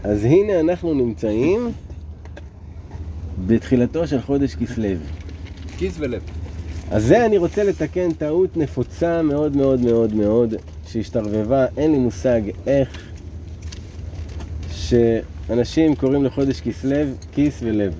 אז הנה אנחנו נמצאים בתחילתו של חודש כסלו. כיס ולב. אז זה אני רוצה לתקן טעות נפוצה מאוד מאוד מאוד מאוד שהשתרבבה, אין לי מושג איך שאנשים קוראים לחודש כסלו כיס ולב.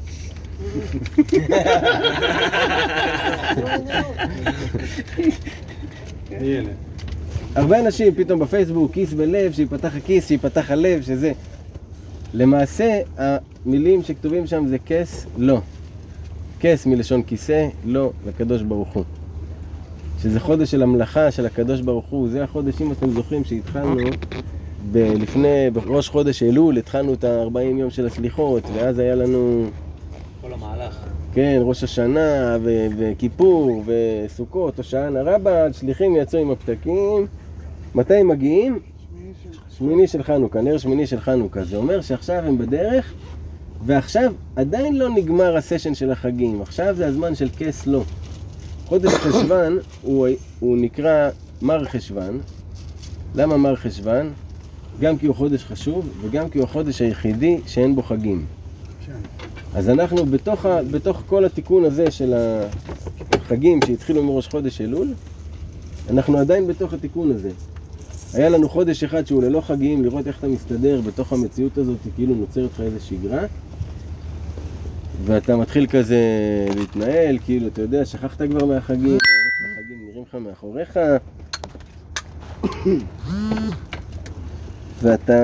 הרבה אנשים פתאום בפייסבוק כיס ולב, שיפתח הכיס, שיפתח הלב, שזה למעשה המילים שכתובים שם זה כס, לא. כס מלשון כיסא, לא, לקדוש ברוך הוא. שזה חודש של המלאכה של הקדוש ברוך הוא. זה החודש, אם אתם זוכרים, שהתחלנו בראש חודש אלול, התחלנו את ה-40 יום של הסליחות, ואז היה לנו כל המהלך. כן, ראש השנה וכיפור וסוכות, הושענא רבה, שליחים יצאו עם הפתקים. מתי הם מגיעים? שמיני של חנוכה, נר שמיני של חנוכה. זה אומר שעכשיו הם בדרך, ועכשיו עדיין לא נגמר הסשן של החגים. עכשיו זה הזמן של כס לא. חודש חשוון הוא נקרא מר חשוון. למה מר חשוון? גם כי הוא חודש חשוב, וגם כי הוא החודש היחידי שאין בו חגים. אז אנחנו בתוך כל התיקון הזה של החגים שהתחילו מראש חודש אלול, אנחנו עדיין בתוך התיקון הזה. היה לנו חודש אחד שהוא ללא חגים, לראות איך אתה מסתדר בתוך המציאות הזאת, כאילו נוצרת לך איזה שגרה, ואתה מתחיל כזה להתנהל, כאילו אתה יודע, שכחת כבר מהחגים, החגים נראים לך מאחוריך, ואתה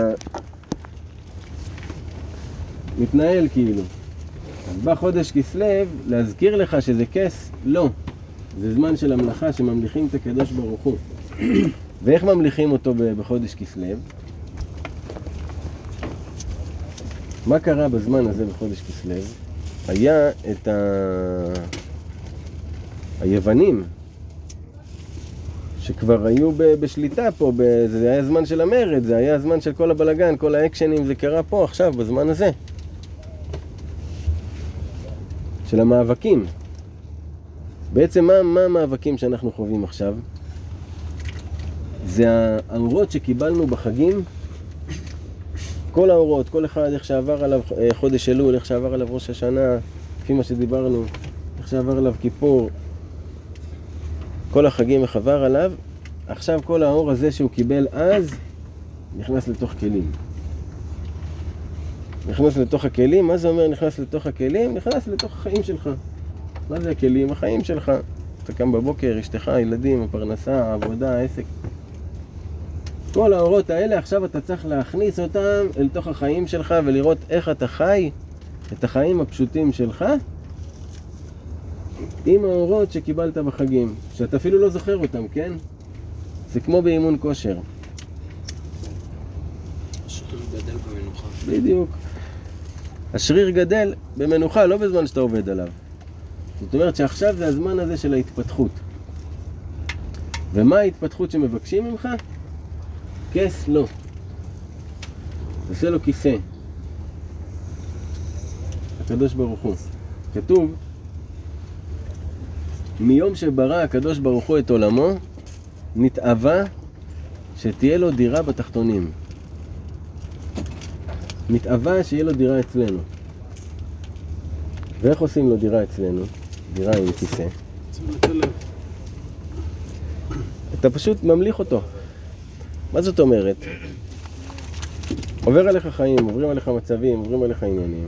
מתנהל כאילו. אז בא חודש כסלו להזכיר לך שזה כס, לא. זה זמן של המלאכה שממליכים את הקדוש ברוך הוא. ואיך ממליכים אותו בחודש כסלו? מה קרה בזמן הזה בחודש כסלו? היה את היוונים שכבר היו בשליטה פה, זה היה זמן של המרד, זה היה זמן של כל הבלגן, כל האקשנים, זה קרה פה עכשיו בזמן הזה של המאבקים. בעצם מה המאבקים שאנחנו חווים עכשיו? זה האורות שקיבלנו בחגים, כל האורות, כל אחד איך שעבר עליו חודש אלול, איך שעבר עליו ראש השנה, לפי מה שדיברנו, איך שעבר עליו כיפור, כל החגים איך עבר עליו. עכשיו כל האור הזה שהוא קיבל אז נכנס לתוך כלים. נכנס לתוך הכלים, מה זה אומר נכנס לתוך הכלים? נכנס לתוך החיים שלך. מה זה הכלים? החיים שלך. אתה קם בבוקר, אשתך, ילדים, הפרנסה, העבודה, העסק. כל האורות האלה עכשיו אתה צריך להכניס אותם אל תוך החיים שלך ולראות איך אתה חי את החיים הפשוטים שלך עם האורות שקיבלת בחגים, שאתה אפילו לא זוכר אותם, כן? זה כמו באימון כושר. השריר גדל במנוחה. בדיוק. השריר גדל במנוחה, לא בזמן שאתה עובד עליו. זאת אומרת שעכשיו זה הזמן הזה של ההתפתחות. ומה ההתפתחות שמבקשים ממך? כס לא. עושה לו כיסא. הקדוש ברוך הוא. כתוב, מיום שברא הקדוש ברוך הוא את עולמו, נתאווה שתהיה לו דירה בתחתונים. נתאווה שיהיה לו דירה אצלנו. ואיך עושים לו דירה אצלנו? דירה עם כיסא. אתה פשוט ממליך אותו. מה זאת אומרת? עובר עליך חיים, עוברים עליך מצבים, עוברים עליך עניינים.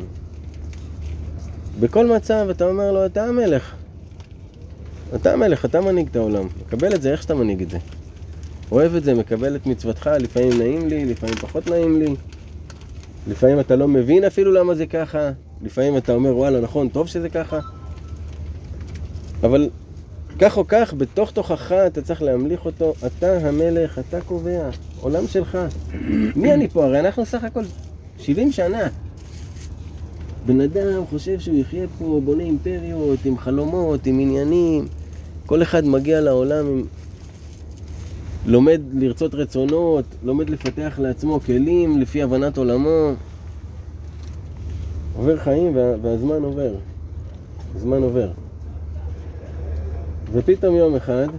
בכל מצב אתה אומר לו, אתה המלך. אתה המלך, אתה מנהיג את העולם. מקבל את זה, איך שאתה מנהיג את זה. אוהב את זה, מקבל את מצוותך, לפעמים נעים לי, לפעמים פחות נעים לי. לפעמים אתה לא מבין אפילו למה זה ככה. לפעמים אתה אומר, וואלה, נכון, טוב שזה ככה. אבל כך או כך, בתוך תוכך אתה צריך להמליך אותו. אתה המלך, אתה קובע. עולם שלך. מי אני פה? הרי אנחנו סך הכל 70 שנה. בן אדם חושב שהוא יחיה פה, בונה אימפריות, עם חלומות, עם עניינים. כל אחד מגיע לעולם עם... לומד לרצות רצונות, לומד לפתח לעצמו כלים לפי הבנת עולמו. עובר חיים והזמן עובר. הזמן עובר. ופתאום יום אחד,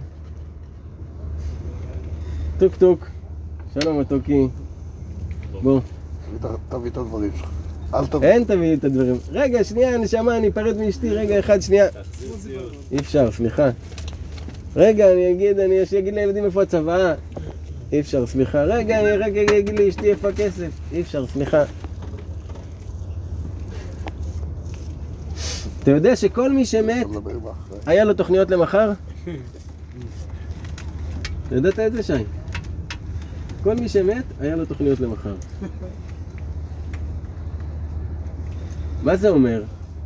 טוק טוק, שלום מתוקי, בוא. תביא את הדברים שלך. אל תביא. אין תביא את הדברים. רגע, שנייה, נשמה, אני אפרד מאשתי, רגע, אחד, שנייה. אי אפשר, סליחה. רגע, אני אגיד לילדים איפה הצוואה. אי אפשר, סליחה. רגע, אני אגיד לאשתי איפה הכסף. אי אפשר, סליחה. אתה יודע שכל מי שמת, היה לו תוכניות למחר? אתה יודעת את זה, שי? כל מי שמת, היה לו תוכניות למחר. מה זה אומר?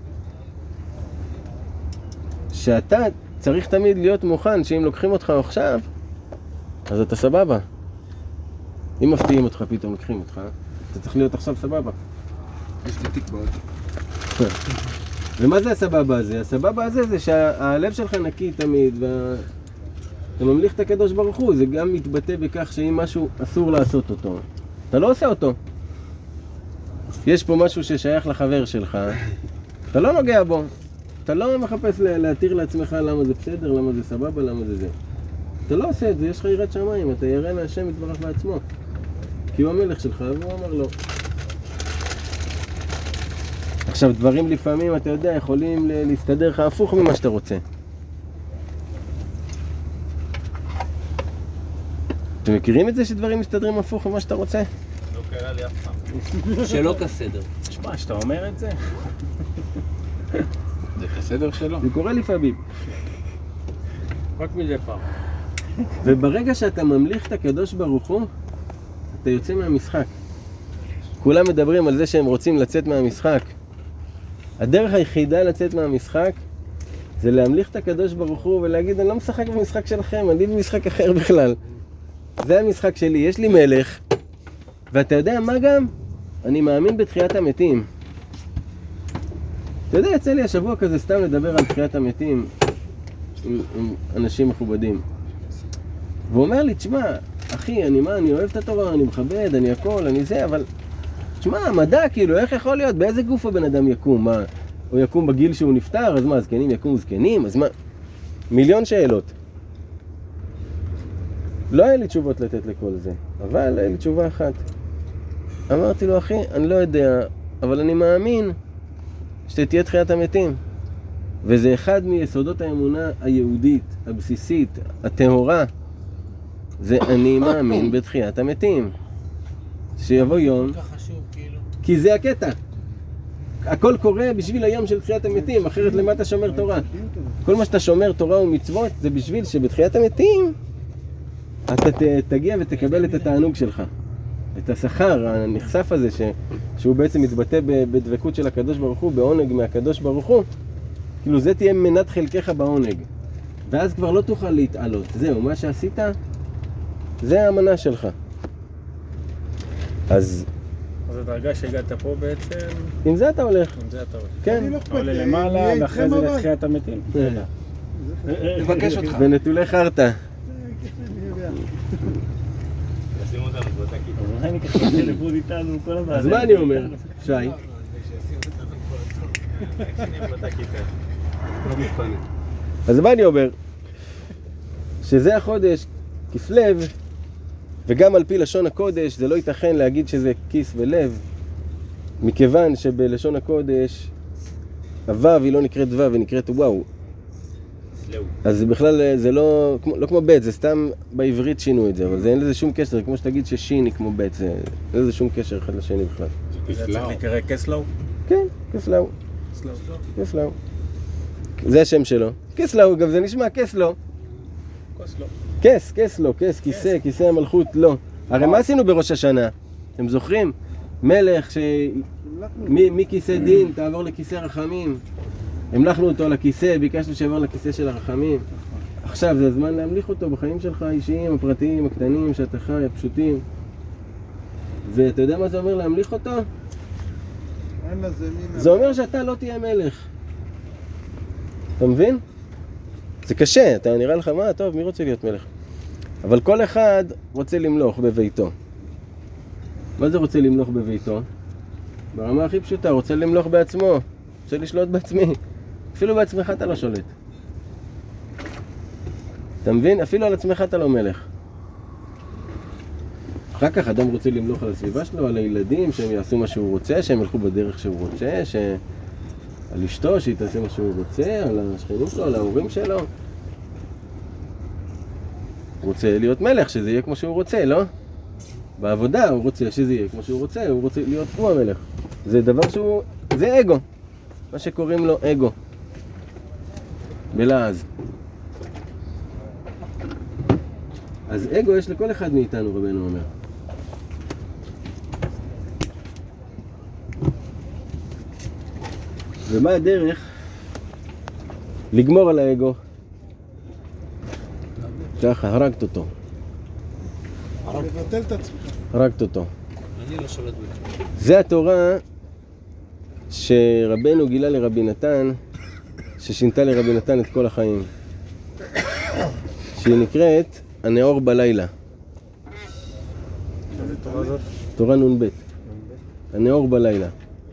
שאתה צריך תמיד להיות מוכן שאם לוקחים אותך עכשיו, אז אתה סבבה. אם מפתיעים אותך, פתאום לוקחים אותך, אתה צריך להיות עכשיו סבבה. יש לי תקבעות. ומה זה הסבבה הזה? הסבבה הזה זה שהלב שלך נקי תמיד, ואתה ממליך את הקדוש ברוך הוא. זה גם מתבטא בכך שאם משהו אסור לעשות אותו, אתה לא עושה אותו. יש פה משהו ששייך לחבר שלך, אתה לא נוגע בו. אתה לא מחפש להתיר לעצמך למה זה בסדר, למה זה סבבה, למה זה זה. אתה לא עושה את זה, יש לך יראת שמיים, אתה ירא מהשם יתברך בעצמו. כי הוא המלך שלך, והוא אמר לו. עכשיו, דברים לפעמים, אתה יודע, יכולים להסתדר לך הפוך ממה שאתה רוצה. אתם מכירים את זה שדברים מסתדרים הפוך ממה שאתה רוצה? לא קרה לי אף פעם. שלא כסדר. תשמע, שאתה אומר את זה? זה כסדר שלו. זה קורה לפעמים. רק מדי פעם. וברגע שאתה ממליך את הקדוש ברוך הוא, אתה יוצא מהמשחק. כולם מדברים על זה שהם רוצים לצאת מהמשחק. הדרך היחידה לצאת מהמשחק זה להמליך את הקדוש ברוך הוא ולהגיד, אני לא משחק במשחק שלכם, אני במשחק אחר בכלל. זה המשחק שלי, יש לי מלך, ואתה יודע מה גם? אני מאמין בתחיית המתים. אתה יודע, יצא לי השבוע כזה סתם לדבר על תחיית המתים עם אנשים מכובדים. והוא אומר לי, תשמע, אחי, אני אוהב את התורה, אני מכבד, אני הכל, אני זה, אבל תשמע, המדע, כאילו, איך יכול להיות? באיזה גוף הבן אדם יקום? מה? הוא יקום בגיל שהוא נפטר? אז מה, זקנים יקום זקנים? אז מה? מיליון שאלות. לא היה לי תשובות לתת לכל זה, אבל היה לי תשובה אחת. אמרתי לו, אחי, אני לא יודע, אבל אני מאמין שתהיה תחיית המתים. וזה אחד מיסודות האמונה היהודית, הבסיסית, הטהורה. זה אני מאמין בתחיית המתים. שיבוא יום, כי זה הקטע. הכל קורה בשביל היום של תחיית המתים, אחרת למה אתה שומר תורה? כל מה שאתה שומר תורה ומצוות זה בשביל שבתחיית המתים אתה תגיע ותקבל את התענוג שלך. את השכר הנחשף הזה שהוא בעצם מתבטא בדבקות של הקדוש ברוך הוא, בעונג מהקדוש ברוך הוא. כאילו זה תהיה מנת חלקך בעונג. ואז כבר לא תוכל להתעלות. זהו, מה שעשית, זה האמנה שלך. אז הדרגה שהגעת פה בעצם... עם זה אתה הולך. עם זה אתה הולך. כן. אתה עולה למעלה, ואחרי זה לתחיית המתים. נבקש אותך. ונטולי חרטה. שים אותנו באותה כיתה. אולי ניקח את הטלפון איתנו כל הזמן. אז מה אני אומר, שי? אז מה אני אומר? שזה החודש, כסלו, וגם על פי לשון הקודש, זה לא ייתכן להגיד שזה כיס ולב, מכיוון שבלשון הקודש, הוו היא לא נקראת וו, היא נקראת וואו. אז בכלל זה לא כמו בית, זה סתם בעברית שינו את זה, אבל זה אין לזה שום קשר, כמו שתגיד ששין היא כמו בית, זה אין לזה שום קשר אחד לשני בכלל. זה צריך להיקרא קסלו? כן, קסלו. קסלו. זה השם שלו. קסלו, גם זה נשמע קסלו. קסלו, כיסא המלכות, לא. הרי מה עשינו בראש השנה? אתם זוכרים? מלך מכיסא דין תעבור לכיסא רחמים. המלכנו אותו על הכיסא, ביקשנו שיעבור לכיסא של הרחמים. עכשיו זה הזמן להמליך אותו בחיים שלך האישיים, הפרטיים, הקטנים, שאתה חי, הפשוטים. ואתה יודע מה זה אומר להמליך אותו? זה אומר שאתה לא תהיה מלך. אתה מבין? זה קשה, אתה נראה לך מה? טוב, מי רוצה להיות מלך? אבל כל אחד רוצה למלוך בביתו. מה זה רוצה למלוך בביתו? ברמה הכי פשוטה, רוצה למלוך בעצמו. רוצה לשלוט בעצמי. אפילו בעצמך אתה לא שולט. אתה מבין? אפילו על עצמך אתה לא מלך. אחר כך אדם רוצה למלוך על הסביבה שלו, על הילדים, שהם יעשו מה שהוא רוצה, שהם ילכו בדרך שהוא רוצה, על אשתו שהיא תעשה מה שהוא רוצה, על השכנים שלו, על ההורים שלו. הוא רוצה להיות מלך, שזה יהיה כמו שהוא רוצה, לא? בעבודה הוא רוצה שזה יהיה כמו שהוא רוצה, הוא רוצה להיות כמו המלך. זה דבר שהוא, זה אגו. מה שקוראים לו אגו. בלעז. אז אגו יש לכל אחד מאיתנו, רבנו אומר. ומה הדרך לגמור על האגו? ככה, הרגת אותו. לבטל את עצמך. הרגת אותו. אני לא שולט בזה. זה התורה שרבנו גילה לרבי נתן, ששינתה לרבי נתן את כל החיים. שהיא נקראת הנאור בלילה. איזה תורה זאת? תורה נ"ב. הנאור בלילה.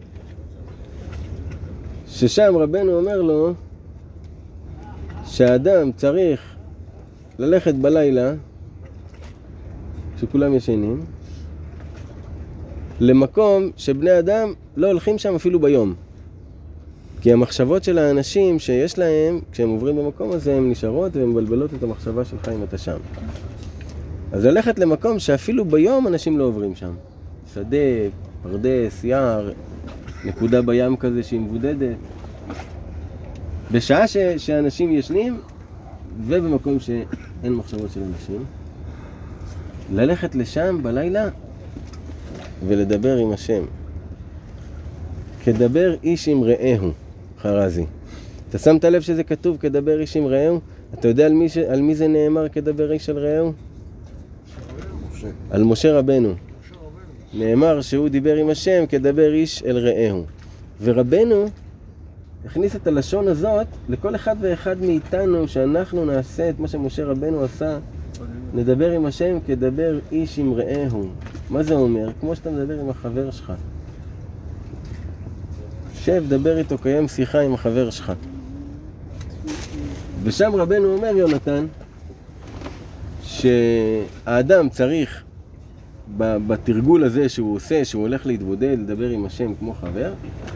ששם רבנו אומר לו שהאדם צריך ללכת בלילה, כשכולם ישנים, למקום שבני אדם לא הולכים שם אפילו ביום. כי המחשבות של האנשים שיש להם, כשהם עוברים במקום הזה, הן נשארות והן מבלבלות את המחשבה שלך אם אתה שם. אז ללכת למקום שאפילו ביום אנשים לא עוברים שם. שדה, פרדס, יער, נקודה בים כזה שהיא מבודדת. בשעה שאנשים ישנים, ובמקום שאין מחשבות של אנשים, ללכת לשם בלילה ולדבר עם השם. כדבר איש עם רעהו, חרזי. אתה שמת לב שזה כתוב כדבר איש עם רעהו? אתה יודע על מי זה נאמר כדבר איש על רעהו? על משה רבנו. נאמר שהוא דיבר עם השם כדבר איש אל רעהו. ורבנו הכניס את הלשון הזאת לכל אחד ואחד מאיתנו, שאנחנו נעשה את מה שמשה רבנו עשה, נדבר עם השם כדבר איש עם רעהו. מה זה אומר? כמו שאתה מדבר עם החבר שלך. שב, דבר איתו, קיים שיחה עם החבר שלך. ושם רבנו אומר, יונתן, שהאדם צריך בתרגול הזה שהוא עושה, שהוא הולך להתבודד, לדבר עם השם כמו חבר,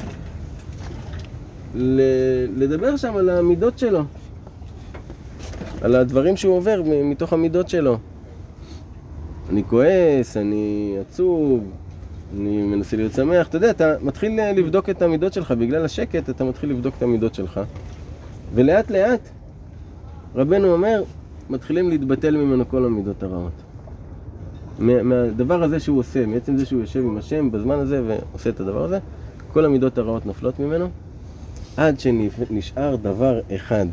לדבר שם על המידות שלו, על הדברים שהוא עובר מתוך המידות שלו. אני כועס, אני עצוב, אני מנסה להיות שמח. אתה יודע, אתה מתחיל לבדוק את המידות שלך, בגלל השקט אתה מתחיל לבדוק את המידות שלך. ולאט לאט, רבנו אומר, מתחילים להתבטל ממנו כל המידות הרעות. מהדבר הזה שהוא עושה, מעצם זה שהוא יושב עם השם בזמן הזה ועושה את הדבר הזה, כל המידות הרעות נופלות ממנו, עד שנשאר דבר אחד,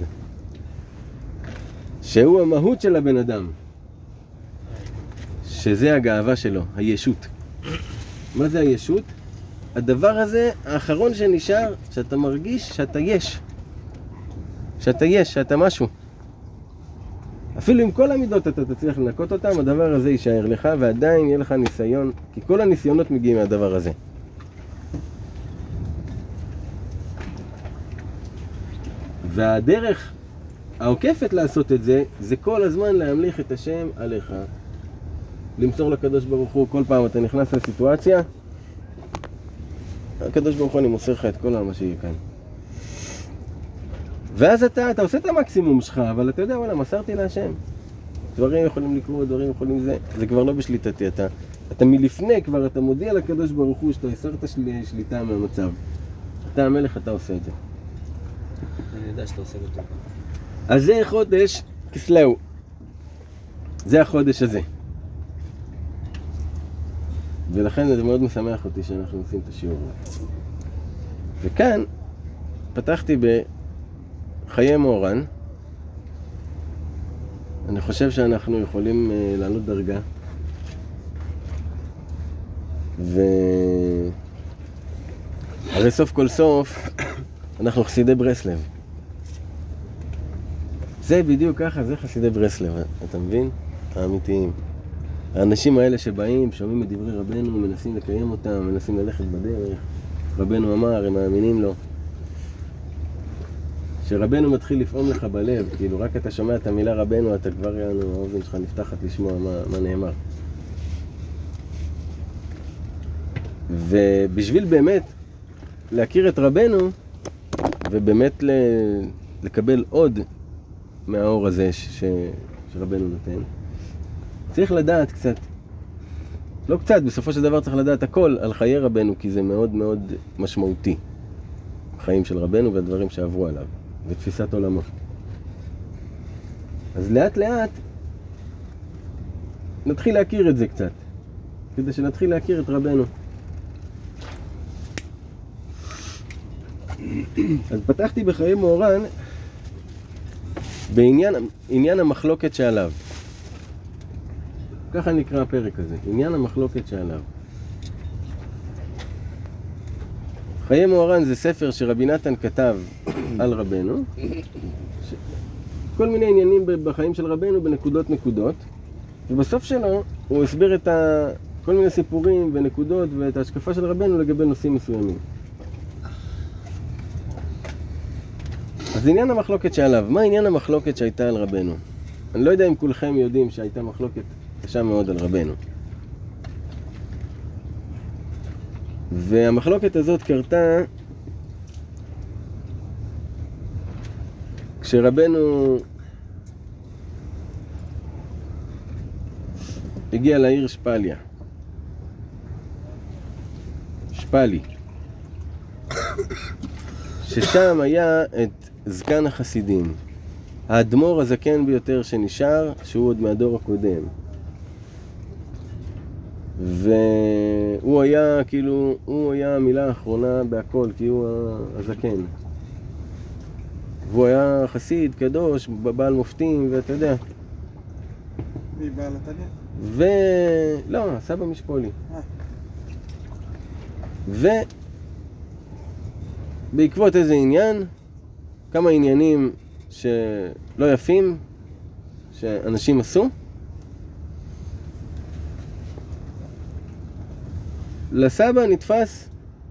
שהוא המהות של הבן אדם, שזה הגאווה שלו, הישות. מה זה הישות? הדבר הזה, האחרון שנשאר, שאתה מרגיש שאתה יש. שאתה משהו. אפילו עם כל המידות אתה תצליח לנקות אותם, הדבר הזה יישאר לך, ועדיין יהיה לך ניסיון, כי כל הניסיונות מגיעים מהדבר הזה. והדרך העוקפת לעשות את זה, זה כל הזמן להמליך את השם עליך. למסור לקדוש ברוך הוא, כל פעם אתה נכנס לסיטואציה, הקדוש ברוך הוא, אני מוסר לך את כל מה שיהיה כאן. ואז אתה עושה את המקסימום שלך, אבל אתה יודע, וואלה, מסרתי להשם. דברים יכולים לקרות, דברים יכולים זה כבר לא בשליטתי. אתה מלפני כבר, אתה מודיע לקדוש ברוך הוא שאתה הסרת שליטה מהמצב. אתה המלך, אתה עושה את זה. אני יודע שאתה עושה אותו. אז זה חודש כסלו. זה החודש הזה. ולכן זה מאוד משמח אותי שאנחנו עושים את השיעור. וכאן פתחתי בחיי מוהר"ן. אני חושב שאנחנו יכולים לעלות דרגה. הרי סוף כל סוף אנחנו חסידי ברסלב. זה בדיוק ככה, זה חסידי ברסלב, אתה מבין? האמיתיים. האנשים האלה שבאים, שומעים את דברי רבנו, מנסים לקיים אותם, מנסים ללכת בדרך. רבנו אמר, הם מאמינים לו. שרבנו מתחיל לפעום לך בלב, כאילו רק אתה שומע את המילה רבנו, אתה כבר האוזן שלך נפתחת לשמוע מה נאמר. ובשביל באמת להכיר את רבנו, ובאמת לקבל עוד מהאור הזה שרבנו נותן, צריך לדעת קצת, לא קצת, בסופו של דבר צריך לדעת הכל על חיי רבנו, כי זה מאוד מאוד משמעותי. החיים של רבנו והדברים שעברו עליו, ותפיסת עולמו. אז לאט לאט נתחיל להכיר את זה קצת, כדי שנתחיל להכיר את רבנו. אז פתחתי בחיי מוהר"ן בעניין המחלוקת שעליו. ככה נקרא הפרק הזה, עניין המחלוקת שעליו. חיי מוהר"ן זה ספר שרבי נתן כתב על רבנו, כל מיני עניינים בחיים של רבנו בנקודות, ובסוף שלו הוא הסביר את כל מיני סיפורים ונקודות ואת ההשקפה של רבנו לגבי נושאים מסוימים. אז עניין המחלוקת שעליו, מה עניין המחלוקת שהייתה על רבנו? אני לא יודע אם כולכם יודעים שהייתה מחלוקת קשה מאוד על רבנו. והמחלוקת הזאת קרתה כשרבנו הגיע לעיר שפלי, ששם היה את זקן החסידים, האדמו"ר הזקן ביותר שנשאר, שהוא עוד מהדור הקודם. והוא היה כאילו, הוא היה המילה האחרונה בהכל, כי הוא הזקן. והוא היה חסיד, קדוש, בעל מופתים, ואתה יודע. מי בעל התניא? לא, סבא משפולי. ובעקבות איזה עניין, כמה עניינים שלא יפים, שאנשים עשו, לסבא נתפס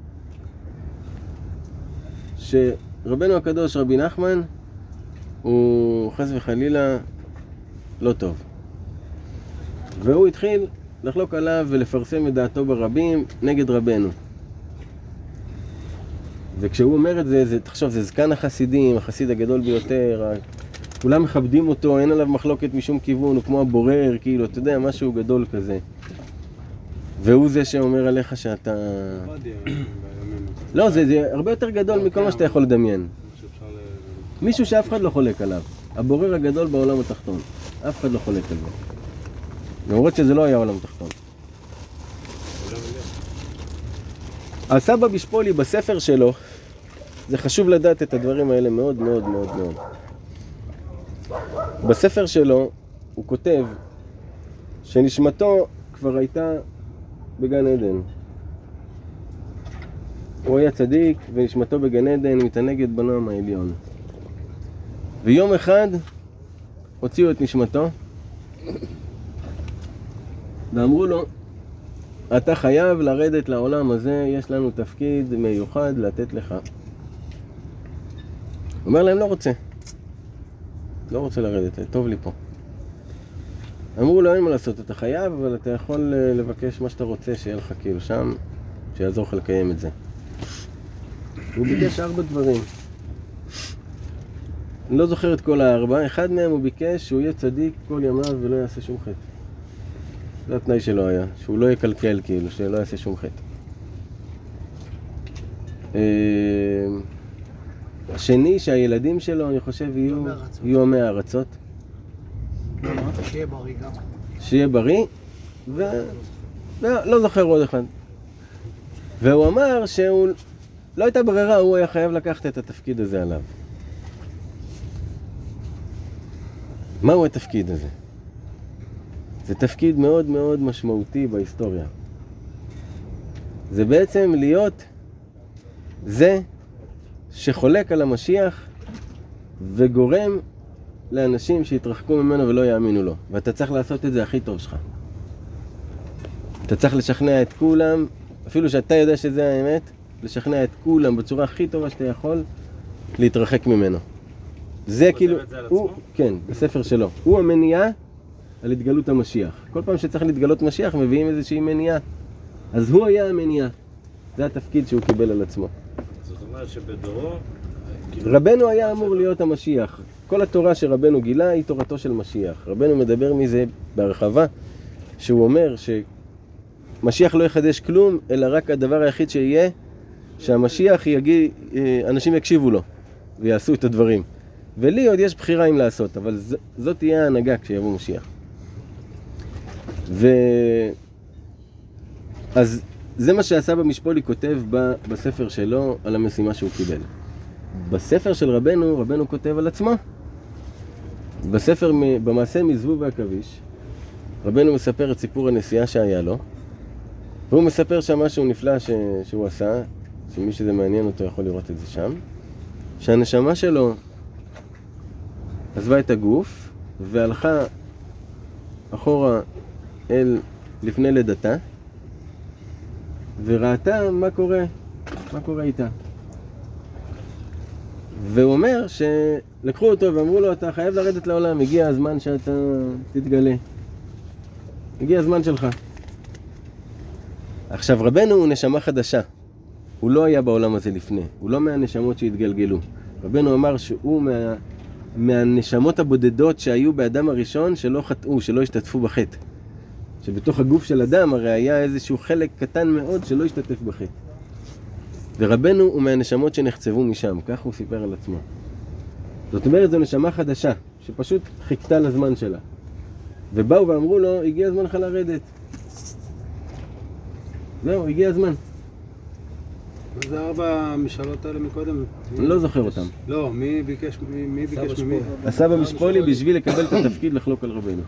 שרבנו הקדוש רבי נחמן הוא חס וחלילה לא טוב, והוא התחיל לחלוק עליו ולפרסם את דעתו ברבים נגד רבנו. וכשהוא אומר את זה, תחשוב, זה זקן החסידים, החסיד הגדול ביותר, כולם מכבדים אותו, אין עליו מחלוקת משום כיוון, הוא כמו הבורר, כאילו, אתה יודע, משהו גדול כזה. והוא זה שאומר עליך שאתה... לא, זה הרבה יותר גדול מכל מה שאתה יכול לדמיין. מישהו שאף אחד לא חולק עליו. הבורר הגדול בעולם התחתון. אף אחד לא חולק על זה. למרות שזה לא היה עולם תחתון. הסבא משפולי בספר שלו, זה חשוב לדעת את הדברים האלה מאוד מאוד מאוד מאוד. בספר שלו הוא כותב שנשמתו כבר הייתה בגן עדן. הוא היה צדיק ונשמתו בגן עדן מתענגת בנועם העליון. ויום אחד הוציאו את נשמתו ואמרו לו, אתה חייב לרדת לעולם הזה, יש לנו תפקיד מיוחד לתת לך. הוא אומר להם, לא רוצה לרדת, טוב לי פה. אמרו לו, אין מה לעשות, אתה חייב, אבל אתה יכול לבקש מה שאתה רוצה שיהיה לך כאילו שם, שיעזור לך לקיים את זה. הוא ביקש 4 דברים. אני לא זוכר את כל 4, אחד מהם הוא ביקש שהוא יהיה צדיק כל ימיו ולא יעשה שום חטא. זה התנאי שלו היה, שהוא לא יקלקל כאילו, שלא יעשה שום חטא. השני, שהילדים שלו, אני חושב, יהיו עמי הארצות. שיהיה בריא גם. שיהיה בריא, לא זוכר עוד אחד. והוא אמר שהוא, לא הייתה ברירה, הוא היה חייב לקחת את התפקיד הזה עליו. מהו התפקיד הזה? זה תפקיד מאוד מאוד משמעותי בהיסטוריה. זה בעצם להיות זה שחולק על המשיח וגורם לאנשים שיתרחקו ממנו ולא יאמינו לו. ואתה צריך לעשות את זה הכי טוב שלך. אתה צריך לשכנע את כולם, אפילו שאתה יודע שזה האמת, לשכנע את כולם בצורה הכי טובה שאתה יכול להתרחק ממנו. זה כאילו, כן, בספר שלו. הוא המניעה על התגלות המשיח. כל פעם שצריך להתגלות משיח מביאים איזושהי מניעה. אז הוא היה המניעה. זה התפקיד שהוא קיבל על עצמו. זאת אומרת שבדורו... רבנו היה אמור להיות המשיח. כל התורה שרבנו גילה היא תורתו של משיח. רבנו מדבר מזה בהרחבה, שהוא אומר שמשיח לא יחדש כלום, אלא רק הדבר היחיד שיהיה, שהמשיח יגיד, אנשים יקשיבו לו ויעשו את הדברים. ולי עוד יש בחירה אם לעשות, אבל זאת תהיה ההנהגה כשיבוא משיח. אז זה מה שהסבא משפולי כותב בספר שלו על המשימה שהוא קיבל. בספר של רבנו כותב על עצמו. בספר, במעשה מזבוב והכביש, רבנו מספר את סיפור הנסיעה שהיה לו, והוא מספר שם משהו נפלא שהוא עשה, שמי שזה מעניין אותו יכול לראות את זה שם, שהנשמה שלו עזבה את הגוף והלכה אחורה לפני לידתה, וראתה מה קורה איתה. והוא אומר שלקחו אותו ואמרו לו, אתה חייב לרדת לעולם, הגיע הזמן שאתה תתגלה. הגיע הזמן שלך. עכשיו, רבנו הוא נשמה חדשה. הוא לא היה בעולם הזה לפני. הוא לא מהנשמות שהתגלגלו. רבנו אמר שהוא מהנשמות הבודדות שהיו באדם הראשון שלא חטאו, שלא השתתפו בחטא. שבתוך הגוף של אדם הרי היה איזשהו חלק קטן מאוד שלא השתתף בחטא. ורבנו הוא מהנשמות שנחצבו משם, כך הוא סיפר על עצמו. זאת אומרת, זו נשמה חדשה, שפשוט חיכתה לזמן שלה. ובאו ואמרו לו, הגיע הזמן לך לרדת. זהו, הגיע הזמן. מה זה 4 המשאלות האלה מקודם? אני לא זוכר אותם. לא, מי ביקש ממי? הסבא משפולי בשביל לקבל את התפקיד לחלוק על רבנו.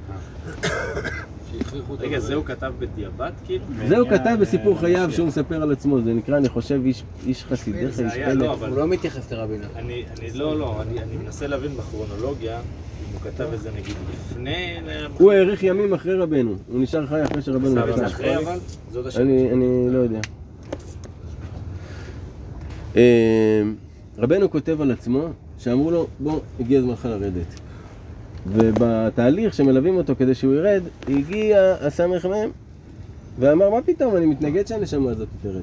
רגע, זה הוא כתב בדיעבד כאילו? זה הוא כתב בסיפור חייו שהוא מספר על עצמו, זה נקרא, אני חושב, איש חסידך, איש פלא. הוא לא מתייחס לרבינו. אני מנסה להבין בכרונולוגיה, אם הוא כתב את זה נגיד לפני... הוא העריך ימים אחרי רבנו, הוא נשאר חי אחרי שרבנו נפטר. אחרי אבל? זאת השאלה. אני לא יודע. רבנו כותב על עצמו, שאמרו לו, בוא, הגיע זמנך לרדת. ובתהליך שמלווים אותו כדי שהוא ירד, הגיע הסמך מהם ואמר, מה פתאום, אני מתנגד שהנשמה הזאת תרד.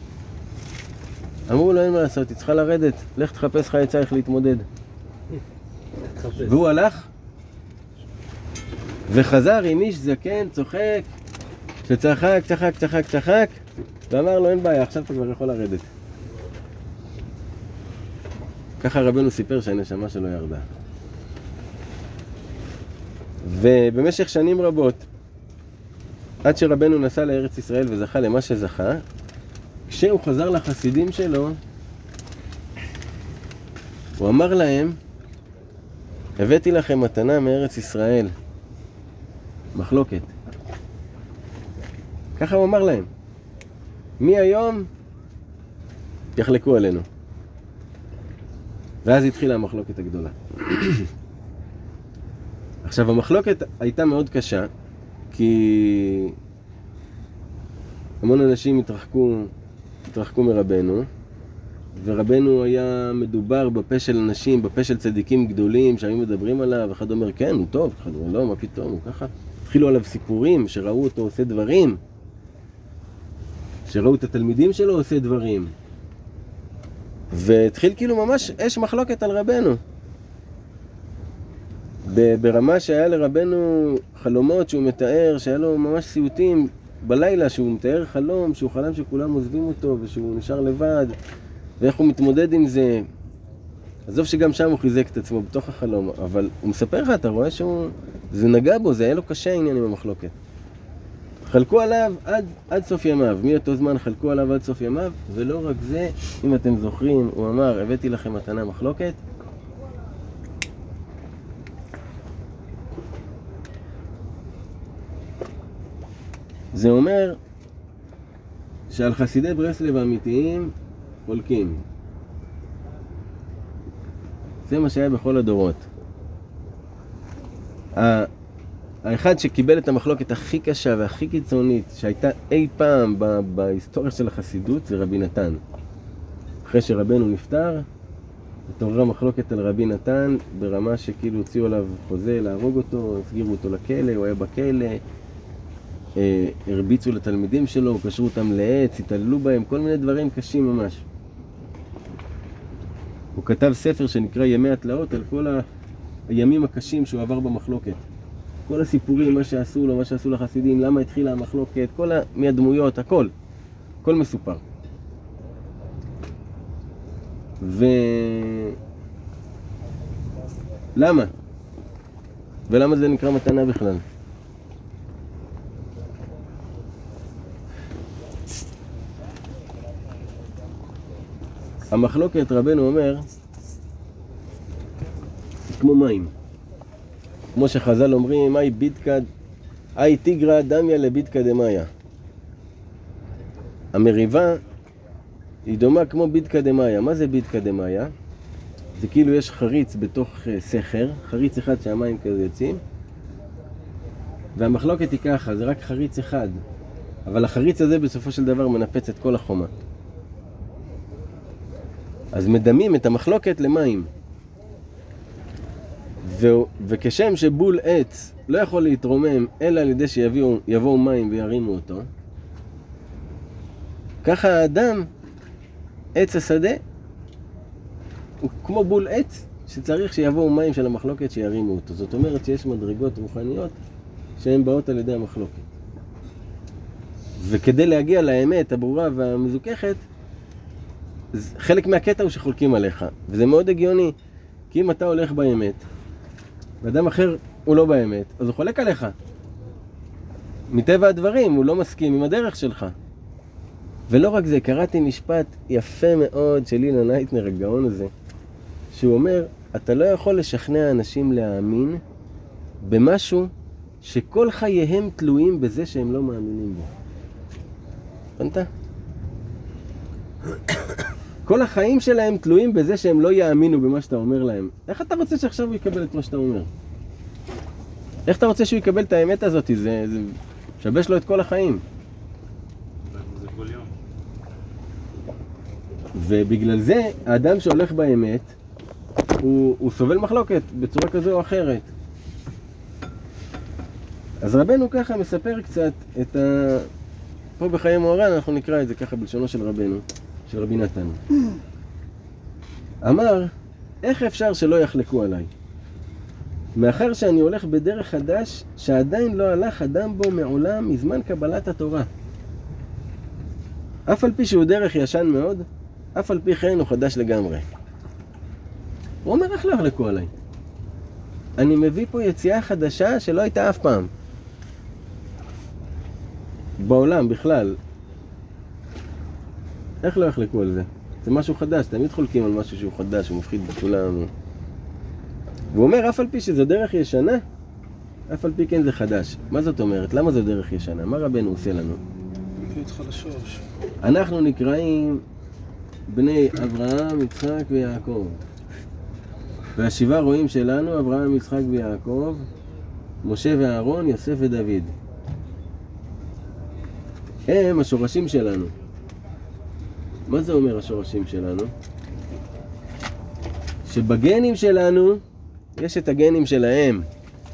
אמרו לו, אין מה לעשות, היא צריכה לרדת, לך תחפש לך עצה איך להתמודד. והוא הלך וחזר עם איש זקן, צוחק, צחק, ואמר לו, אין בעיה, עכשיו אתה כבר יכול לרדת. ככה רבנו סיפר שהנשמה שלו ירדה. ובמשך שנים רבות, עד שרבנו נסע לארץ ישראל וזכה למה שזכה, כשהוא חזר לחסידים שלו, הוא אמר להם, הבאתי לכם מתנה מארץ ישראל, מחלוקת. ככה הוא אמר להם, מהיום יחלקו עלינו. ואז התחילה המחלוקת הגדולה. עכשיו, המחלוקת הייתה מאוד קשה, כי המון אנשים התרחקו מרבנו, ורבנו היה מדובר בפה של אנשים, בפה של צדיקים גדולים שהיו מדברים עליו, אחד אומר, כן, הוא טוב, אחד אומר, לא, מה פתאום, הוא ככה. התחילו עליו סיפורים שראו אותו עושה דברים, שראו את התלמידים שלו עושה דברים. והתחיל כאילו ממש אש מחלוקת על רבנו. ברמה שהיה לרבנו חלומות שהוא מתאר, שהיה לו ממש סיוטים בלילה, שהוא מתאר חלום, שהוא חלם שכולם עוזבים אותו ושהוא נשאר לבד, ואיך הוא מתמודד עם זה. עזוב שגם שם הוא חיזק את עצמו בתוך החלום, אבל הוא מספר לך, אתה רואה זה נגע בו, זה היה לו קשה העניין עם המחלוקת. חלקו עליו עד סוף ימיו, מאותו זמן חלקו עליו עד סוף ימיו, ולא רק זה, אם אתם זוכרים, הוא אמר, הבאתי לכם מתנה מחלוקת. זה אומר שעל חסידי ברסלב האמיתיים חולקים. זה מה שהיה בכל הדורות. האחד שקיבל את המחלוקת הכי קשה והכי קיצונית שהייתה אי פעם בהיסטוריה של החסידות זה רבי נתן. אחרי שרבנו נפטר, התעוררה מחלוקת על רבי נתן ברמה שכאילו הוציאו עליו חוזה להרוג אותו, הסגירו אותו לכלא, הוא היה בכלא. הרביצו לתלמידים שלו, קשרו אותם לעץ, התעללו בהם, כל מיני דברים קשים ממש. הוא כתב ספר שנקרא ימי התלאות על כל הימים הקשים שהוא עבר במחלוקת. כל הסיפורים, מה שעשו לו, מה שעשו לחסידים, למה התחילה המחלוקת, מהדמויות, הכל מסופר. למה? ולמה זה נקרא מתנה בכלל? המחלוקת, רבנו אומר, כמו מים. כמו שחז"ל אומרים, אי תיגרא דמיא לבידקא דמיא. המריבה היא דומה כמו בידקא דמיא. מה זה בידקא דמיא? זה כאילו יש חריץ בתוך סכר, חריץ אחד שהמים כזה יוצאים, והמחלוקת היא ככה, זה רק חריץ אחד, אבל החריץ הזה בסופו של דבר מנפץ את כל החומה. אז מדמים את המחלוקת למים. וכשם שבול עץ לא יכול להתרומם אלא על ידי שיבואו מים וירימו אותו, ככה האדם, עץ השדה, הוא כמו בול עץ שצריך שיבואו מים של המחלוקת שירימו אותו. זאת אומרת שיש מדרגות רוחניות שהן באות על ידי המחלוקת. וכדי להגיע לאמת הברורה והמזוכחת, חלק מהקטע הוא שחולקים עליך, וזה מאוד הגיוני, כי אם אתה הולך באמת, ואדם אחר הוא לא באמת, אז הוא חולק עליך. מטבע הדברים, הוא לא מסכים עם הדרך שלך. ולא רק זה, קראתי משפט יפה מאוד של אילן נייטנר, הגאון הזה, שהוא אומר, אתה לא יכול לשכנע אנשים להאמין במשהו שכל חייהם תלויים בזה שהם לא מאמינים בו. הבנת? כל החיים שלהם תלויים בזה שהם לא יאמינו במה שאתה אומר להם. איך אתה רוצה שעכשיו הוא יקבל את מה שאתה אומר? איך אתה רוצה שהוא יקבל את האמת הזאת? זה משבש לו את כל החיים. זה כל יום. ובגלל זה, האדם שהולך באמת, הוא סובל מחלוקת בצורה כזו או אחרת. אז רבנו ככה מספר קצת את פה בחיי מוהר"ן, אנחנו נקרא את זה ככה בלשונו של רבנו, של רבי נתן. אמר, איך אפשר שלא יחלקו עליי? מאחר שאני הולך בדרך חדש שעדיין לא הלך אדם בו מעולם מזמן קבלת התורה. אף על פי שהוא דרך ישן מאוד, אף על פי כן הוא חדש לגמרי. הוא אומר, איך לא יחלקו עליי? אני מביא פה יציאה חדשה שלא הייתה אף פעם. בעולם בכלל. איך לא יחלקו על זה? זה משהו חדש, תמיד חולקים על משהו שהוא חדש, הוא מפחיד בכולם. והוא אומר, אף על פי שזו דרך ישנה, אף על פי כן זה חדש. מה זאת אומרת? למה זו דרך ישנה? מה רבנו עושה לנו? מביא אותך לשורש. אנחנו נקראים בני אברהם, יצחק ויעקב. והשבעה רועים שלנו, אברהם, יצחק ויעקב, משה ואהרון, יוסף ודוד. הם השורשים שלנו. מה זה אומר השורשים שלנו? שבגנים שלנו יש את הגנים שלהם.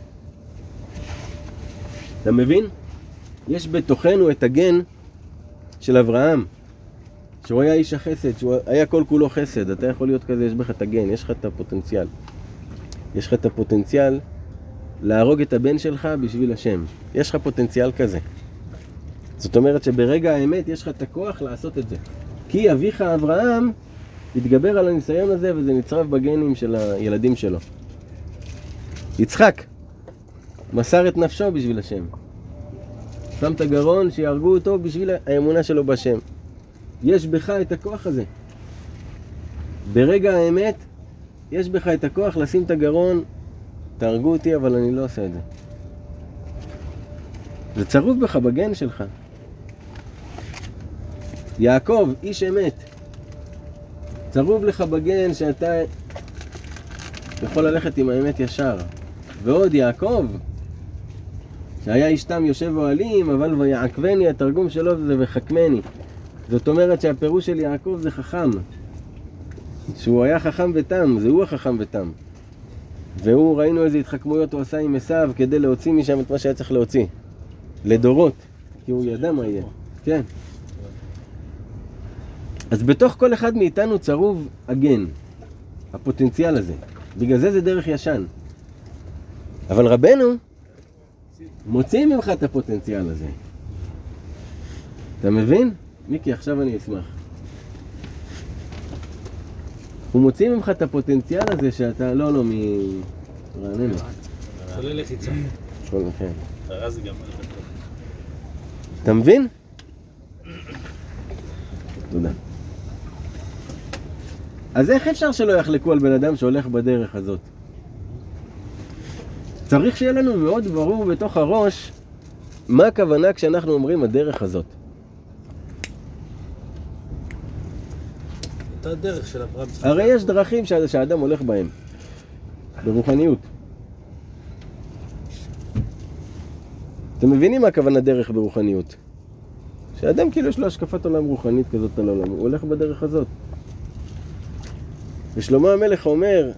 אתה מבין? יש בתוכנו את הגן של אברהם, שהוא היה איש החסד, שהוא היה כל כולו חסד. אתה יכול להיות כזה, יש בך את הגן, יש לך את הפוטנציאל. יש לך את הפוטנציאל להרוג את הבן שלך בשביל השם. יש לך פוטנציאל כזה. זאת אומרת שברגע האמת יש לך את הכוח לעשות את זה. כי אביך אברהם התגבר על הניסיון הזה וזה נצרב בגנים של הילדים שלו. יצחק מסר את נפשו בשביל השם. שם את הגרון שיהרגו אותו בשביל האמונה שלו בשם. יש בך את הכוח הזה. ברגע האמת יש בך את הכוח לשים את הגרון, תהרגו אותי אבל אני לא עושה את זה. זה צרוב בך בגן שלך. יעקב, איש אמת. צרוב לך בגן שאתה יכול ללכת עם האמת ישר. ועוד יעקב, שהיה איש תם יושב אוהלים, אבל ויעקבני, התרגום שלו זה וחכמני. זאת אומרת שהפירוש של יעקב זה חכם. שהוא היה חכם ותם, זה הוא החכם ותם. והוא, ראינו איזה התחכמויות הוא עשה עם עשיו כדי להוציא משם את מה שהיה צריך להוציא. לדורות. כי הוא ידע מה יהיה. כן. אז בתוך כל אחד מאיתנו צרוב הגן, הפוטנציאל הזה. בגלל זה דרך ישן. אבל רבנו מוציא ממך את הפוטנציאל הזה. אתה מבין? מיקי, עכשיו אני אשמח. הוא מוציא ממך את הפוטנציאל הזה שאתה, לא, מרעננת. חולה לחיצה. כן. הרז גם. אתה מבין? תודה. אז איך אפשר שלא יחלקו על בן אדם שהולך בדרך הזאת? צריך שיהיה לנו מאוד ברור בתוך הראש מה הכוונה כשאנחנו אומרים הדרך הזאת. אותה דרך של אברהם. הרי יש דרכים שהאדם הולך בהם, ברוחניות. אתם מבינים מה הכוונה דרך ברוחניות? שהאדם כאילו יש לו השקפת עולם רוחנית כזאת על העולם, הוא הולך בדרך הזאת. ושלמה המלך אומר,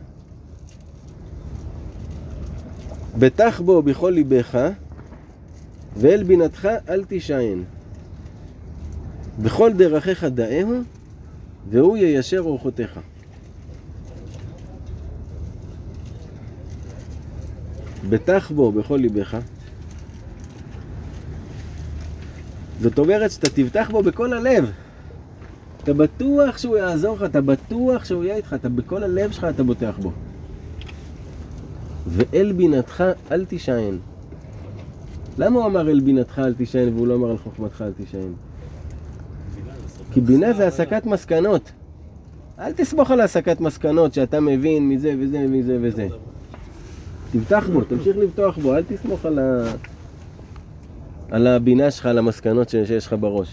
בטח בו בכל ליבך, ואל בינתך אל תישען. בכל דרכיך דאהו, והוא יישר אורחותיך. בטח בו בכל ליבך. זאת אומרת שאתה תבטח בו בכל הלב. אתה בטוח שהוא יעזור לך, אתה בטוח שהוא יהיה איתך, אתה בכל הלב שלך אתה בוטח בו. ואל בינתך אל תישען. למה הוא אמר אל בינתך אל תישען והוא לא אמר על חוכמתך אל תישען? כי בינה זה הסקת מסקנות. אל תסמוך על הסקת מסקנות שאתה מבין מזה וזה ומזה וזה. תבטח בו, תמשיך לבטוח בו, אל תסמוך על הבינה שלך, על המסקנות שיש לך בראש.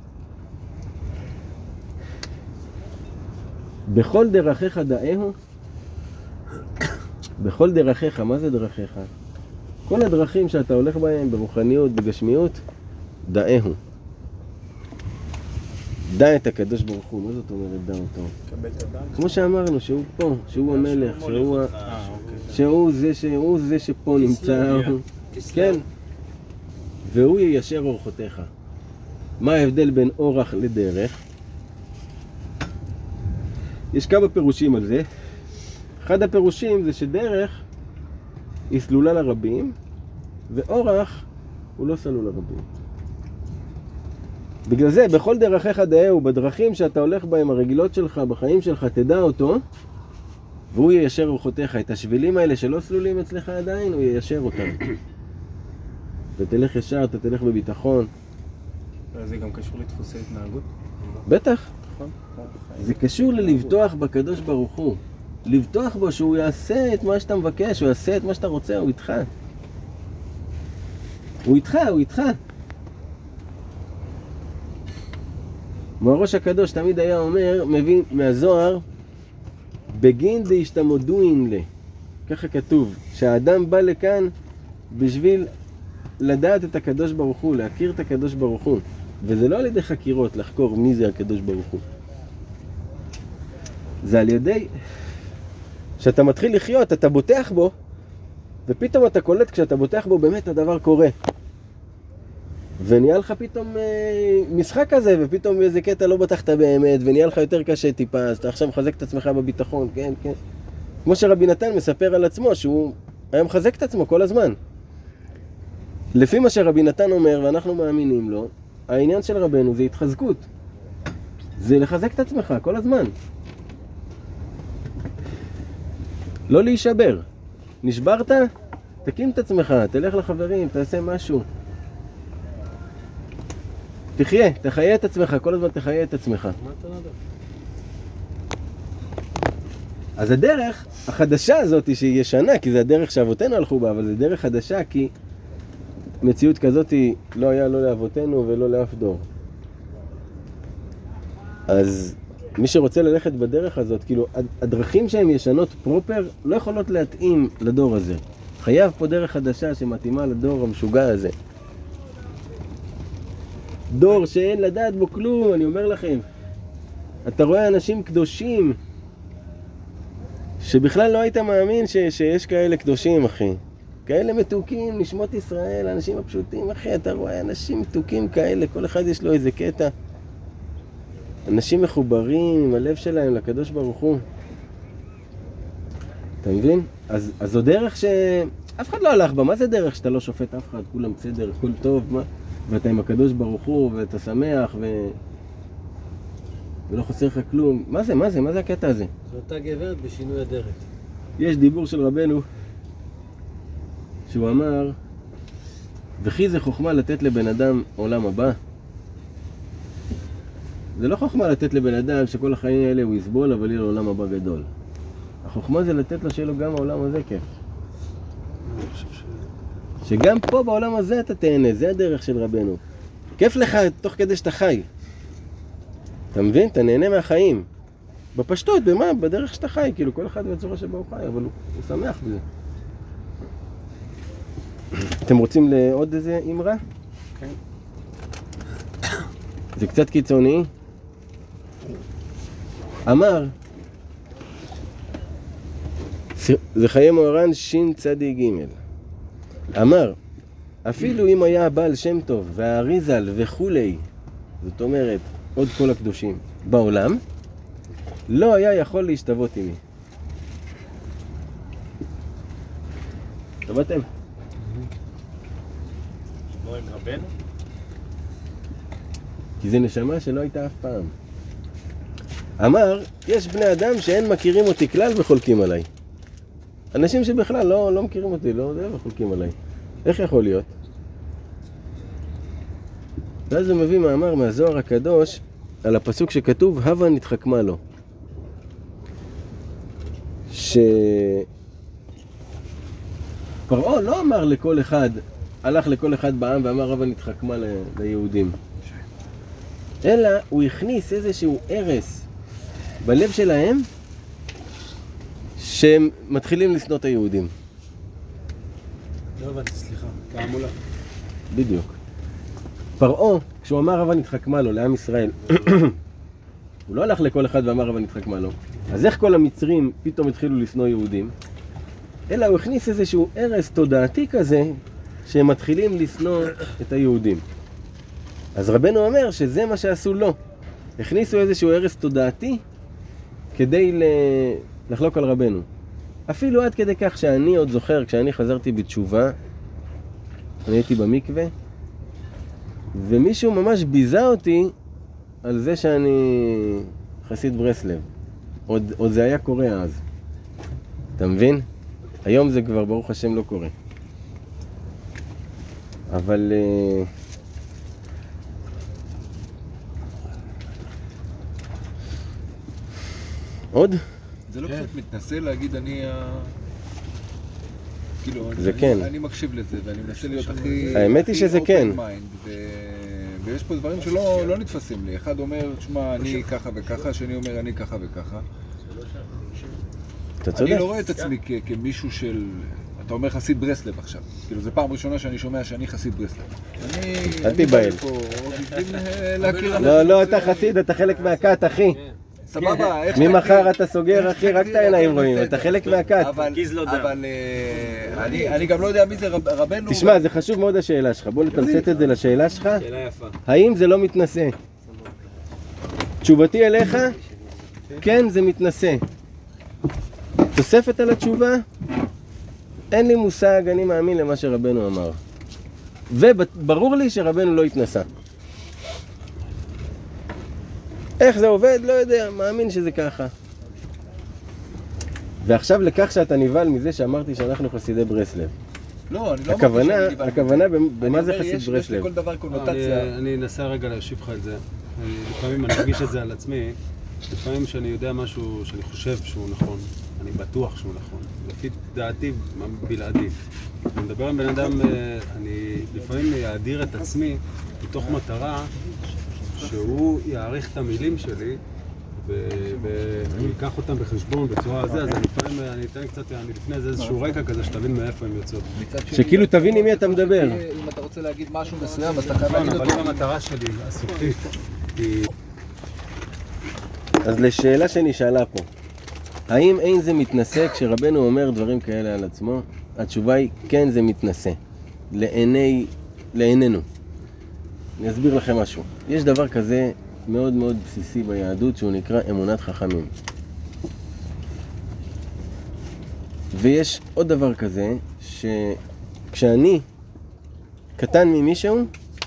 בכל דרכיך דאהו, בכל דרכיך, מה זה דרכיך? כל הדרכים שאתה הולך בהם, ברוחניות, בגשמיות, דאהו. דע את הקדוש ברוך הוא, מה זאת אומרת דע אותו? כמו שאמרנו, שהוא פה, שהוא המלך, שהוא זה שפה נמצא, כן. והוא יישר אורחותיך. מה ההבדל בין אורח לדרך? יש כמה פירושים על זה. אחד הפירושים זה שדרך היא סלולה לרבים, ואורח הוא לא סלול לרבים. בגלל זה, בכל דרכיך דאהו, בדרכים שאתה הולך בהם, הרגילות שלך, בחיים שלך, תדע אותו, והוא יישר אורחותיך. את השבילים האלה שלא סלולים אצלך עדיין, הוא יישר אותם. אתה תלך ישר, אתה תלך בביטחון. זה גם קשור לדפוסי התנהגות? בטח. זה קשור ללבטוח בקדוש ברוך הוא. לבטוח בו שהוא יעשה את מה שאתה מבקש, הוא יעשה את מה שאתה רוצה, הוא איתך. הוא איתך, הוא איתך. מהראש הקדוש תמיד היה אומר, מבין מהזוהר, בגין דהשתמודוין לה. ככה כתוב, שהאדם בא לכאן בשביל לדעת את הקדוש ברוך הוא, להכיר את הקדוש ברוך הוא. וזה לא על ידי חקירות לחקור מי זה הקדוש ברוך הוא. זה על ידי שאתה מתחיל לחיות, אתה בוטח בו, ופתאום אתה קולט כשאתה בוטח בו באמת הדבר קורה. ונהיה לך פתאום משחק כזה, ופתאום איזה קטע לא בטחת באמת, ונהיה לך יותר קשה טיפה, אז אתה עכשיו מחזק את עצמך בביטחון, כן, כן. כמו שרבי נתן מספר על עצמו, שהוא היה מחזק את עצמו כל הזמן. לפי מה שרבי נתן אומר, ואנחנו מאמינים לו, העניין של רבנו זה התחזקות. זה לחזק את עצמך כל הזמן. לא להישבר. נשברת? תקים את עצמך, תלך לחברים, תעשה משהו. תחיה את עצמך, כל הזמן תחיה את עצמך. אז הדרך החדשה הזאת שהיא ישנה, כי זה הדרך שאבותינו הלכו בה, אבל זה דרך חדשה כי מציאות כזאת לא היה לא לאבותינו ולא לאף דור. אז מי שרוצה ללכת בדרך הזאת, כאילו הדרכים שהן ישנות פרופר לא יכולות להתאים לדור הזה. חייב פה דרך חדשה שמתאימה לדור המשוגע הזה. דור שאין לדעת בו כלום, אני אומר לכם. אתה רואה אנשים קדושים שבכלל לא היית מאמין שיש כאלה קדושים, אחי. כאלה מתוקים, נשמות ישראל, האנשים הפשוטים, אחי, אתה רואה אנשים מתוקים כאלה, כל אחד יש לו איזה קטע. אנשים מחוברים עם הלב שלהם לקדוש ברוך הוא. אתה מבין? אז זו דרך שאף אחד לא הלך בה. מה זה דרך שאתה לא שופט אף אחד? כולם בסדר, הכל טוב, מה? ואתה עם הקדוש ברוך הוא, ואתה שמח, ולא חסר לך כלום. מה זה? מה זה הקטע הזה? זו אותה גברת בשינוי הדרך. יש דיבור של רבנו, שהוא אמר, וכי זה חוכמה לתת לבן אדם עולם הבא? זה לא חוכמה לתת לבן אדם שכל החיים האלה הוא יסבול, אבל יהיה לו עולם הבא גדול. החוכמה זה לתת לו שיהיה לו גם העולם הזה כיף. שגם פה בעולם הזה אתה תהנה, זה הדרך של רבנו. כיף לך תוך כדי שאתה חי. אתה מבין? אתה נהנה מהחיים. בפשטות, במה? בדרך שאתה חי, כאילו כל אחד בצורה שבה הוא חי, אבל הוא שמח בזה. אתם רוצים לעוד איזה אמרה? כן. זה קצת קיצוני. אמר, זה חיי מוהר"ן שין צדי ג' אמר, אפילו אם היה הבעל שם טוב והאריזל וכולי, זאת אומרת, עוד כל הקדושים בעולם, לא היה יכול להשתוות עימי. שמעתם? לא עם רבנו? כי זה נשמה שלא הייתה אף פעם. אמר, יש בני אדם שאין מכירים אותי כלל וחולקים עליי. אנשים שבכלל לא מכירים אותי, לא יודע וחולקים עליי. איך יכול להיות? ואז הוא מביא מאמר מהזוהר הקדוש על הפסוק שכתוב, הווה נתחכמה לו. פרעה לא אמר לכל אחד, הלך לכל אחד בעם ואמר הווה נתחכמה ליהודים. אלא הוא הכניס איזשהו ערס בלב שלהם שהם מתחילים לשנוא את היהודים. לא הבנתי, סליחה, תעמולה. בדיוק. פרעה, כשהוא אמר הווה נתחכמה לו לעם ישראל, הוא לא הלך לכל אחד ואמר הווה נתחכמה לו. אז איך כל המצרים פתאום התחילו לשנוא יהודים? אלא הוא הכניס איזשהו ערס תודעתי כזה שהם מתחילים לשנוא את היהודים. אז רבנו אומר שזה מה שעשו לו. הכניסו איזשהו ערס תודעתי כדי לחלוק על רבנו. אפילו עד כדי כך שאני עוד זוכר, כשאני חזרתי בתשובה, אני הייתי במקווה, ומישהו ממש ביזה אותי על זה שאני חסיד ברסלב. עוד זה היה קורה אז. אתה מבין? היום זה כבר ברוך השם לא קורה. אבל עוד? זה לא קצת מתנסה להגיד אני כאילו, זה כן. אני מקשיב לזה ואני מנסה להיות הכי... האמת היא שזה כן. ויש פה דברים שלא נתפסים לי. אחד אומר, תשמע, אני ככה וככה, השני אומר, אני ככה וככה. אתה צודק. אני לא רואה את עצמי כמישהו של... אתה אומר חסיד ברסלב עכשיו. כאילו, זו פעם ראשונה שאני שומע שאני חסיד ברסלב. אל תיבהל. לא, אתה חסיד, אתה חלק מהכת, אחי. סבבה, ממחר אתה סוגר, אחי, רק את העיניים רואים, אתה חלק מהכת. אבל אני גם לא יודע מי זה רבנו. תשמע, זה חשוב מאוד השאלה שלך, בוא נתמצת את זה לשאלה שלך. שאלה יפה. האם זה לא מתנשא? תשובתי אליך, כן, זה מתנשא. תוספת על התשובה, אין לי מושג, אני מאמין למה שרבנו אמר. וברור לי שרבנו לא התנסה. איך זה עובד? לא יודע, מאמין שזה ככה. ועכשיו לכך שאתה נבהל מזה שאמרתי שאנחנו חסידי ברסלב. לא, אני לא אמרתי שאני נבהל. הכוונה במה זה חסיד יש לי ברסלב? כל דבר קונוטציה. אני אנסה רגע להשיב לך את זה. לפעמים אני מרגיש את זה על עצמי. לפעמים שאני יודע משהו שאני חושב שהוא נכון, אני בטוח שהוא נכון. לפי דעתי בלעדי. אני מדבר עם בן אדם, אני לפעמים אאדיר את עצמי מתוך מטרה שהוא יעריך את המילים שלי ואני אקח אותם בחשבון בצורה הזה, אז לפעמים אני אתן קצת, לפני זה איזשהו רקע כזה שתבין מאיפה הם יוצאות. שכאילו תבין עם מי אתה מדבר. אם אתה רוצה להגיד משהו מסוים, אז אתה חייב להגיד אותו. אבל אם המטרה שלי, הסופית, היא... אז לשאלה שנשאלה פה, האם אין זה מתנשא כשרבנו אומר דברים כאלה על עצמו? התשובה היא כן, זה מתנשא. לעינינו. אני אסביר לכם משהו. יש דבר כזה מאוד מאוד בסיסי ביהדות שהוא נקרא אמונת חכמים. ויש עוד דבר כזה שכשאני קטן ממישהו,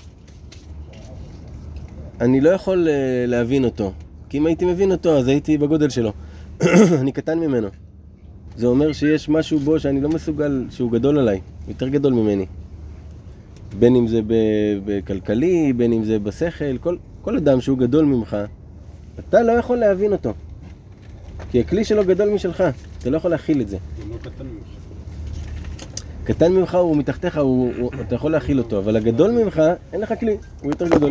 אני לא יכול להבין אותו. כי אם הייתי מבין אותו, אז הייתי בגודל שלו. אני קטן ממנו. זה אומר שיש משהו בו שאני לא מסוגל, שהוא גדול עליי, יותר גדול ממני. בין אם זה בכלכלי, בין אם זה בשכל, כל אדם שהוא גדול ממך, אתה לא יכול להבין אותו. כי הכלי שלו גדול משלך, אתה לא יכול להכיל את זה. הוא לא קטן ממך. קטן ממך הוא מתחתיך, אתה יכול להכיל אותו, אבל הגדול ממך, אין לך כלי, הוא יותר גדול.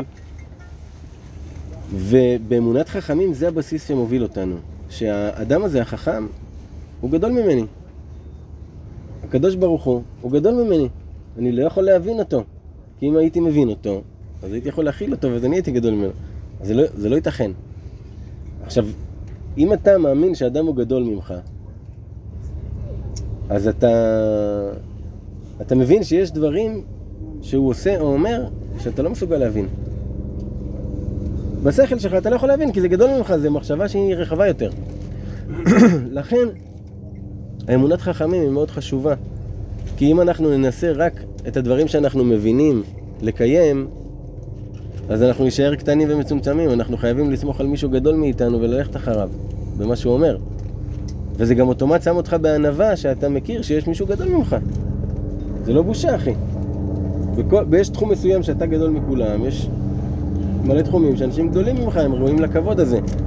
ובאמונת חכמים זה הבסיס שמוביל אותנו. שהאדם הזה, החכם, הוא גדול ממני. הקדוש ברוך הוא גדול ממני. אני לא יכול להבין אותו. כי אם הייתי מבין אותו, אז הייתי יכול להכיל אותו, ואז אני הייתי גדול ממנו. אז זה לא ייתכן. עכשיו, אם אתה מאמין שאדם הוא גדול ממך, אז אתה מבין שיש דברים שהוא עושה או אומר שאתה לא מסוגל להבין. בשכל שלך אתה לא יכול להבין, כי זה גדול ממך, זה מחשבה שהיא רחבה יותר. לכן, האמונת חכמים היא מאוד חשובה. כי אם אנחנו ננסה רק את הדברים שאנחנו מבינים לקיים, אז אנחנו נשאר קטנים ומצומצמים. אנחנו חייבים לסמוך על מישהו גדול מאיתנו וללכת אחריו, במה שהוא אומר. וזה גם אוטומט שם אותך בענווה שאתה מכיר שיש מישהו גדול ממך. זה לא בושה, אחי. ויש תחום מסוים שאתה גדול מכולם, יש מלא תחומים שאנשים גדולים ממך, הם רואים לכבוד הזה.